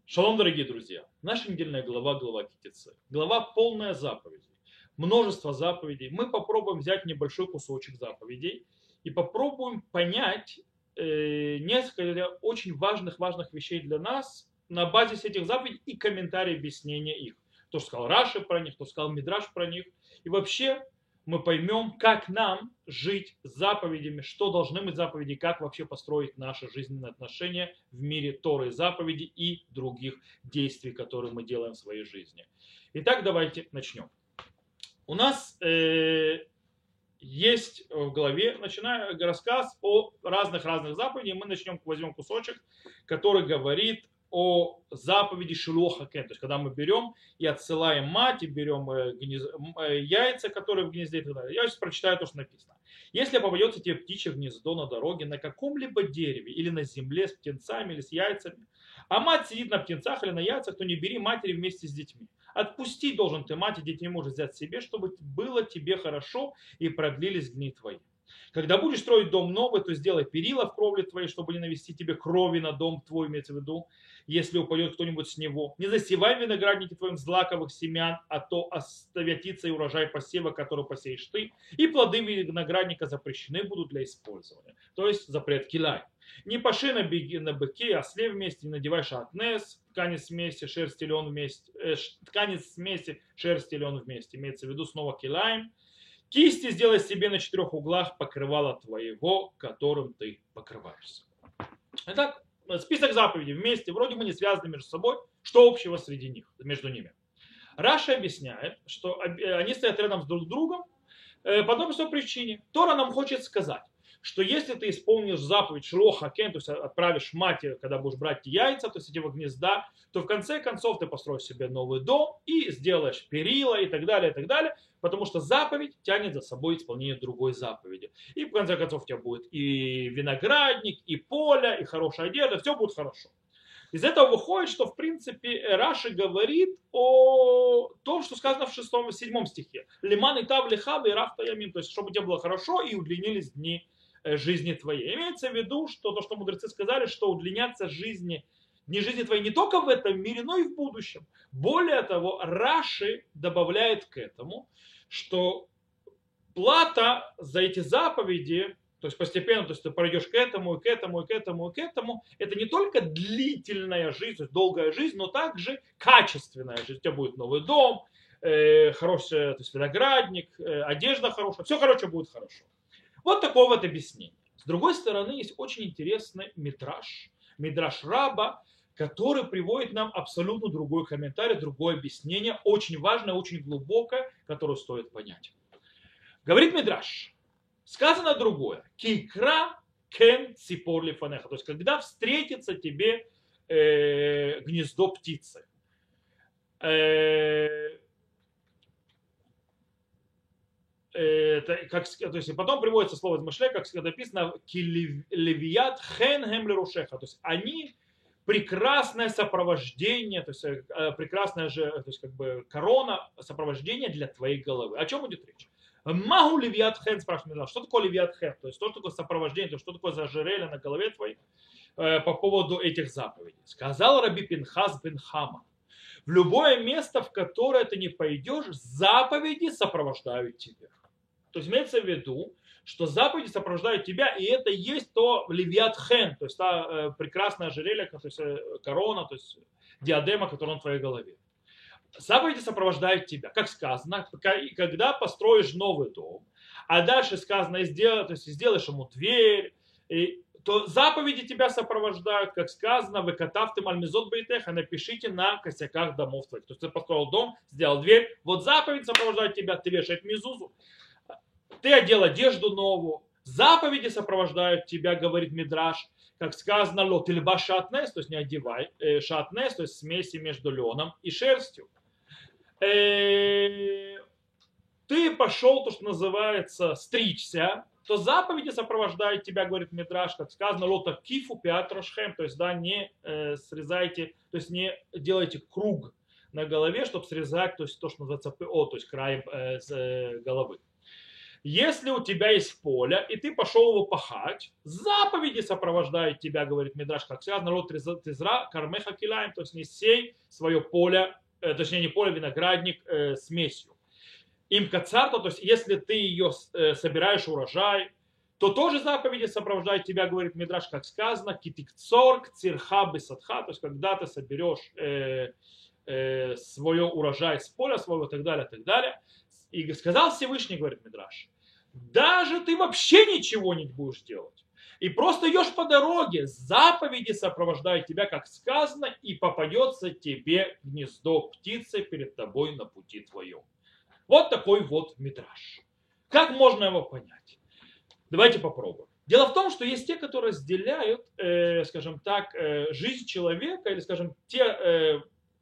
Шалом, дорогие друзья! Наша недельная глава, глава Китицы. Глава полная заповедей. Множество заповедей. Мы попробуем взять небольшой кусочек заповедей и попробуем понять несколько очень важных вещей для нас на базе этих заповедей и комментарий объяснения их. То, что сказал Раши про них, то, что сказал Мидраш про них. И вообще мы поймем, как нам жить с заповедями, что должны быть заповеди, как вообще построить наши жизненные отношения в мире Торы, заповедей и других действий, которые мы делаем в своей жизни. Итак, давайте начнем. У нас есть в голове, начиная рассказ о разных заповедях. Мы возьмем кусочек, который говорит о заповеди Шилоха Кен. То есть, когда мы берем и отсылаем мать, и берем яйца, которые в гнезде и так далее. Я сейчас прочитаю то, что написано. Если попадется тебе птичье гнездо на дороге, на каком-либо дереве или на земле с птенцами или с яйцами, а мать сидит на птенцах или на яйцах, то не бери матери вместе с детьми. Отпустить должен ты мать, и детей можешь взять себе, чтобы было тебе хорошо и продлились дни твои. Когда будешь строить дом новый, то сделай перила в кровле твоей, чтобы не навести тебе крови на дом твой, имеется в виду, если упадет кто-нибудь с него. Не засевай виноградники твоим злаковых семян, а то оставятится и урожай посева, который посеешь ты, и плоды виноградника запрещены будут для использования. То есть запрет килай. Не паши на быке, осле вместе, не надевай шатнес, ткани смеси, шерсть и лен вместе, ткани смеси, шерсть и лен вместе. Имеется в виду снова килаем. Кисти сделай себе на 4 углах покрывала твоего, которым ты покрываешься. Итак, список заповедей вместе, вроде бы не связаны между собой, что общего среди них, между ними. Раша объясняет, что они стоят рядом с друг другом по одной простой причине. Тора нам хочет сказать, что если ты исполнишь заповедь Шилоха Кен, то есть отправишь мать, когда будешь брать яйца, то есть эти гнезда, то в конце концов ты построишь себе новый дом и сделаешь перила и так далее, потому что заповедь тянет за собой исполнение другой заповеди. И в конце концов у тебя будет и виноградник, и поле, и хорошая одежда, все будет хорошо. Из этого выходит, что в принципе Раши говорит о том, что сказано в 6-7 стихе. Лиман и тав лихав и раф таямим, то есть чтобы тебе было хорошо и удлинились дни жизни твоей. Имеется в виду, что то, что мудрецы сказали, что удлинятся дни жизни твоей не только в этом мире, но и в будущем. Более того, Раши добавляет к этому, что плата за эти заповеди, то есть постепенно, то есть ты пройдешь к этому, и к этому, и к этому, и к этому, это не только длительная жизнь, то есть долгая жизнь, но также качественная жизнь. У тебя будет новый дом, хороший, то есть виноградник, одежда хорошая, все, короче, будет хорошо. Вот такое вот объяснение. С другой стороны, есть очень интересный мидраш Раба, который приводит нам абсолютно другой комментарий, другое объяснение, очень важное, очень глубокое, которое стоит понять. Говорит мидраш, сказано другое. Кикра кен ципор лифанеха. То есть, когда встретится тебе гнездо птицы. То есть, потом приводится слово из Мишле, как написано, левият хен хем лерушеха. То есть, они прекрасное сопровождение, то есть прекрасная же, то есть как бы корона сопровождения для твоей головы. О чем идет речь? Магу левиат хен, спрашивает, что такое левиат хен? То есть, что такое сопровождение, то есть, что такое за ожерелье на голове твоей по поводу этих заповедей. Сказал Раби Пинхас бен Хама. В любое место, в которое ты не пойдешь, заповеди сопровождают тебя. То есть имеется в виду, что заповеди сопровождают тебя, и это есть то левиат хен, то есть та прекрасная ожерелье, то есть корона, то есть диадема, которая на твоей голове. Заповеди сопровождают тебя, как сказано, когда построишь новый дом, а дальше сказано, то есть сделаешь ему дверь, то заповеди тебя сопровождают, как сказано, вы катавты мальмизот бейтеха, напишите на косяках домов твоих. То есть ты построил дом, сделал дверь, вот заповедь сопровождает тебя, ты вешаешь мизузу, ты одел одежду новую, заповеди сопровождают тебя, говорит Мидраш, как сказано, лотильба шатнес, то есть не одевай, шатнес, то есть смеси между леном и шерстью. Ты пошел, то, что называется, стричься, то заповеди сопровождают тебя, говорит Мидраш, как сказано, лота кифу пиатрошхем, то есть да, не срезайте, то есть не делайте круг на голове, чтобы срезать, то есть то, что называется ПО, то есть край головы. Если у тебя есть поле, и ты пошел его пахать, заповеди сопровождают тебя, говорит Мидраш, как сказано, род тизра, кармеха килаем, то есть не сей свое поле, точнее не поле, виноградник смесью. Им кацарта, то есть если ты ее собираешь урожай, то тоже заповеди сопровождают тебя, говорит Мидраш, как сказано, китикцор, кцирха, бесадха, то есть когда ты соберешь свое урожай с поля своего и так далее, и так далее. И сказал Всевышний, говорит Мидраш, даже ты вообще ничего не будешь делать. И просто идешь по дороге, заповеди сопровождают тебя, как сказано, и попадется тебе гнездо птицы перед тобой на пути твоем. Вот такой вот Мидраш. Как можно его понять? Давайте попробуем. Дело в том, что есть те, которые разделяют, скажем так, жизнь человека, или, скажем, те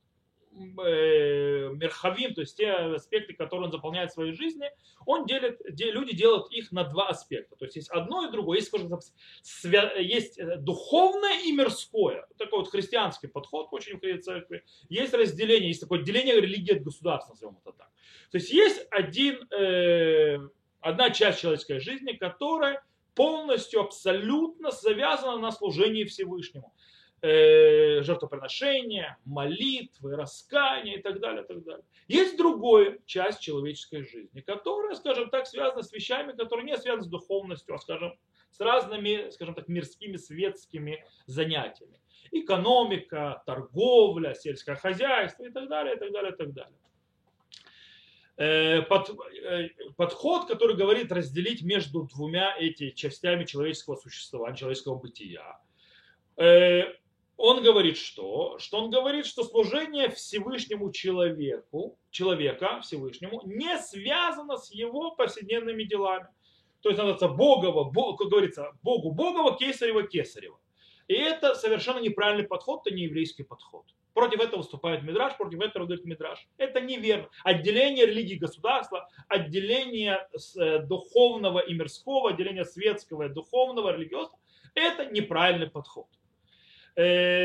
мерхавим, то есть те аспекты, которые он заполняет в своей жизни, люди делают их на два аспекта. То есть есть одно и другое. Есть, скажем, есть духовное и мирское. Такой вот христианский подход очень в церкви. Есть разделение, есть такое деление религии от государства, назовем это так. То есть есть одна часть человеческой жизни, которая полностью, абсолютно завязана на служении Всевышнему. Жертвоприношения, молитвы, раскаяния и так далее, и так далее. Есть другая часть человеческой жизни, которая, скажем так, связана с вещами, которые не связаны с духовностью, а, скажем, с разными, скажем так, мирскими, светскими занятиями. Экономика, торговля, сельское хозяйство и так далее, и так далее, и так далее. Подход, который говорит разделить между двумя этими частями человеческого существования, человеческого бытия. Он говорит, что он говорит, что служение Всевышнему человека Всевышнему не связано с его повседневными делами. То есть, надо как говорится, Богу Богово, Кесарево Кесарево. И это совершенно неправильный подход, это не еврейский подход. Против этого выступает Мидраш, против этого говорит Мидраш. Это неверно. Отделение религии и государства, отделение духовного и мирского, отделение светского и духовного, религиозного, это неправильный подход. То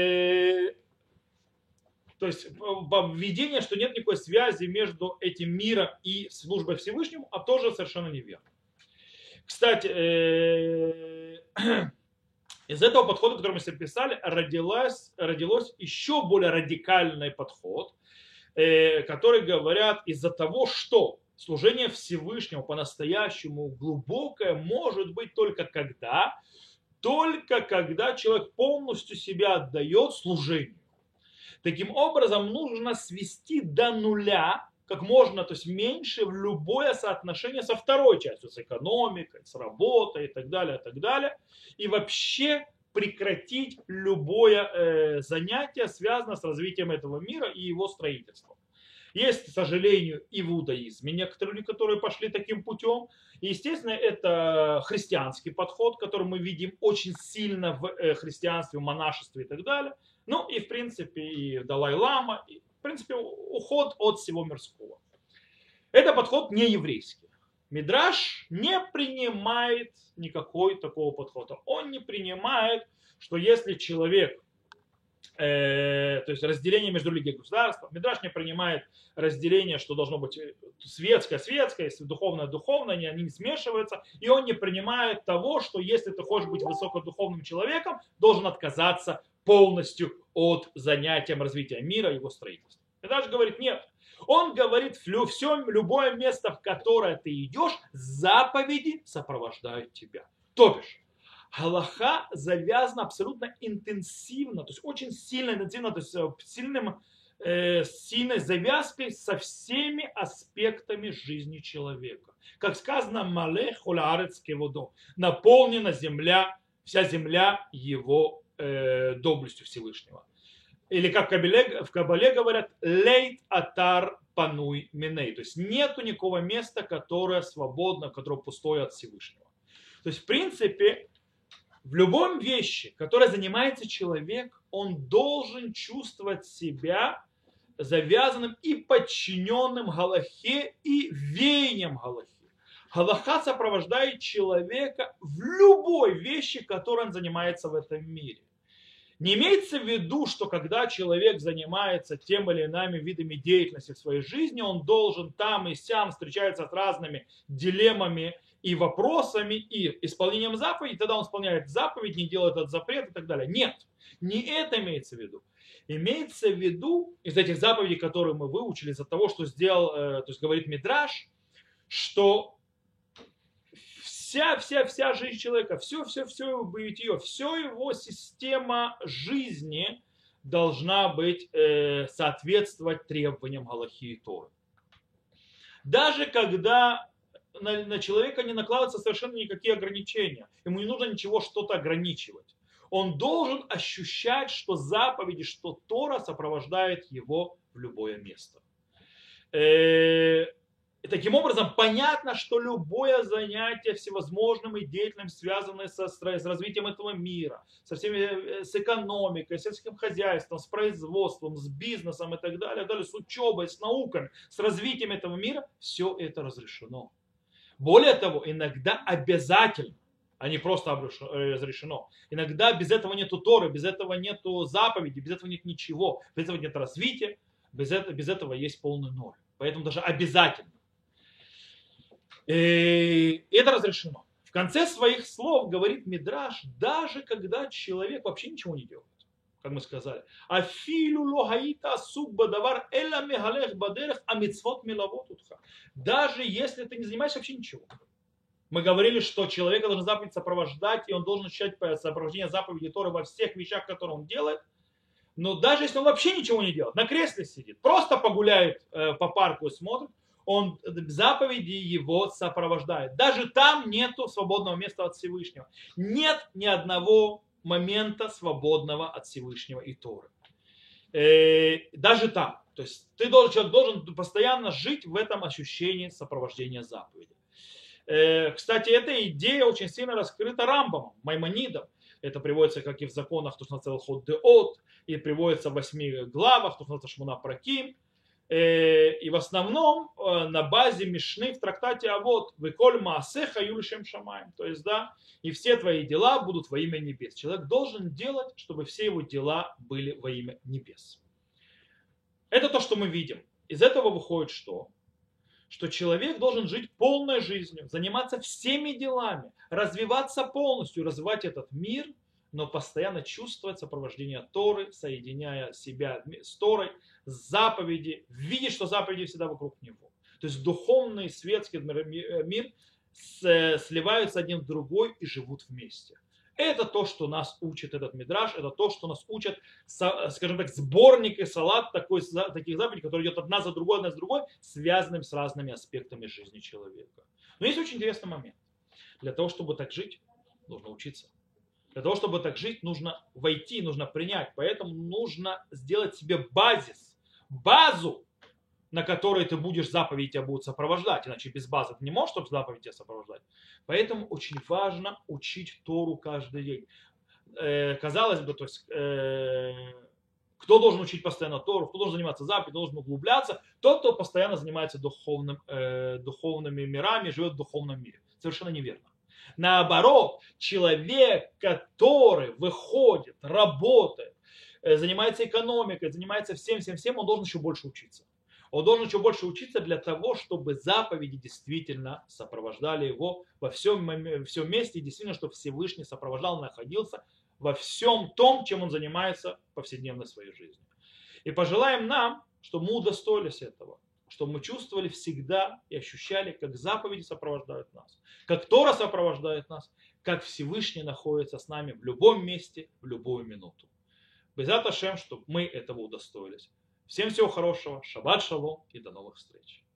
есть введение, что нет никакой связи между этим миром и службой Всевышнему, а тоже совершенно неверно. Кстати, из этого подхода, который мы себе писали, родилось еще более радикальный подход, который говорят из-за того, что служение Всевышнему по-настоящему глубокое может быть только когда человек полностью себя отдает служению. Таким образом, нужно свести до нуля, как можно, то есть меньше, в любое соотношение со второй частью, с экономикой, с работой и так далее, и вообще прекратить любое занятие, связанное с развитием этого мира и его строительством. Есть, к сожалению, и в иудаизме некоторые люди, которые пошли таким путем. И, естественно, это христианский подход, который мы видим очень сильно в христианстве, в монашестве и так далее. Ну и, в принципе, и Далай-лама, и, в принципе, уход от всего мирского. Это подход не еврейский. Мидраш не принимает никакой такого подхода. Он не принимает, что если человек, то есть разделение между религией и государством, Мидраш не принимает разделение, что должно быть светское, духовное, они не смешиваются, и он не принимает того, что если ты хочешь быть высокодуховным человеком, должен отказаться полностью от занятия развития мира и его строительства. Мидраш говорит, нет. Он говорит, любое место, в которое ты идешь, заповеди сопровождают тебя. То бишь, галаха завязана абсолютно интенсивно, то есть очень сильно интенсивно, то есть сильной завязкой со всеми аспектами жизни человека. Как сказано, малех холаарец кеводо, наполнена земля, вся земля его доблестью Всевышнего. Или как в Кабале говорят, лейт атар пануй миней. То есть нету никакого места, которое свободно, которое пустое от Всевышнего. То есть в принципе в любом вещи, которой занимается человек, он должен чувствовать себя завязанным и подчиненным галахе и веянием галахи. Галаха сопровождает человека в любой вещи, которой он занимается в этом мире. Не имеется в виду, что когда человек занимается тем или иными видами деятельности в своей жизни, он должен там и сям встречаться с разными дилеммами и вопросами, и исполнением заповедей, тогда он исполняет заповедь, не делает этот запрет и так далее. Нет, не это имеется в виду. Имеется в виду из этих заповедей, которые мы выучили, из-за того, что сделал, то есть говорит Мидраш, что вся жизнь человека, все его бытие, все его система жизни должна быть, соответствовать требованиям Галахи и Торы. Даже когда на человека не накладываются совершенно никакие ограничения, ему не нужно ничего что-то ограничивать. Он должен ощущать, что заповеди, что Тора сопровождает его в любое место. И таким образом, понятно, что любое занятие всевозможным и деятельным, связанное с развитием этого мира, с экономикой, с сельским хозяйством, с производством, с бизнесом и так далее, с учебой, с науками, с развитием этого мира, все это разрешено. Более того, иногда обязательно, а не просто разрешено. Иногда без этого нету Торы, без этого нету заповеди, без этого нет ничего, без этого нет развития, без этого есть полный ноль. Поэтому даже обязательно. И это разрешено. В конце своих слов говорит Мидраш, даже когда человек вообще ничего не делает, как мы сказали. Афилу логаита асук бадавар эла мегалех бадерех амитцвот милавот утха. Даже если ты не занимаешься вообще ничего. Мы говорили, что человека должен заповедь сопровождать, и он должен ощущать сопровождение заповеди Торы во всех вещах, которые он делает. Но даже если он вообще ничего не делает, на кресле сидит, просто погуляет по парку и смотрит, он заповеди его сопровождает. Даже там нету свободного места от Всевышнего. Нет ни одного момента свободного от Всевышнего и Торы. Даже там. То есть человек должен постоянно жить в этом ощущении сопровождения заповеди. Кстати, эта идея очень сильно раскрыта Рамбамом, Маймонидом. Это приводится как и в законах Тушнацел Ход Деот, и приводится в 8 главах Тушнацел Шмуна Праким. И в основном на базе Мишны в трактате Авот «Веколь маасеха юлишем шамаем». То есть, да, и все твои дела будут во имя небес. Человек должен делать, чтобы все его дела были во имя небес. Это то, что мы видим. Из этого выходит что? Что человек должен жить полной жизнью, заниматься всеми делами, развиваться полностью, развивать этот мир, но постоянно чувствовать сопровождение Торы, соединяя себя с Торой, заповеди, видеть, что заповеди всегда вокруг него. То есть духовный и светский мир сливаются один в другой и живут вместе. Это то, что нас учит этот мидраш, это то, что нас учат, скажем так, сборник и салат таких заповедей, который идет одна за другой, связанным с разными аспектами жизни человека. Но есть очень интересный момент. Для того, чтобы так жить, нужно учиться. Для того, чтобы так жить, нужно войти, нужно принять. Поэтому нужно сделать себе базу, на которой ты будешь, заповеди тебя будут сопровождать. Иначе без базы ты не можешь, чтобы заповеди тебя сопровождать. Поэтому очень важно учить Тору каждый день. Казалось бы, то есть, кто должен учить постоянно Тору, кто должен заниматься заповедью, должен углубляться? Тот, кто постоянно занимается духовными мирами, живет в духовном мире. Совершенно неверно. Наоборот, человек, который выходит, работает, занимается экономикой, занимается всем, он должен еще больше учиться. Он должен еще больше учиться для того, чтобы заповеди действительно сопровождали его во всем месте, и действительно, чтобы Всевышний сопровождал, находился во всем том, чем он занимается в повседневной своей жизни. И пожелаем нам, чтобы мы удостоились этого, чтобы мы чувствовали всегда и ощущали, как заповеди сопровождают нас, как Тора сопровождает нас, как Всевышний находится с нами в любом месте, в любую минуту. Безат Ашем, чтобы мы этого удостоились. Всем всего хорошего, шаббат шалом и до новых встреч.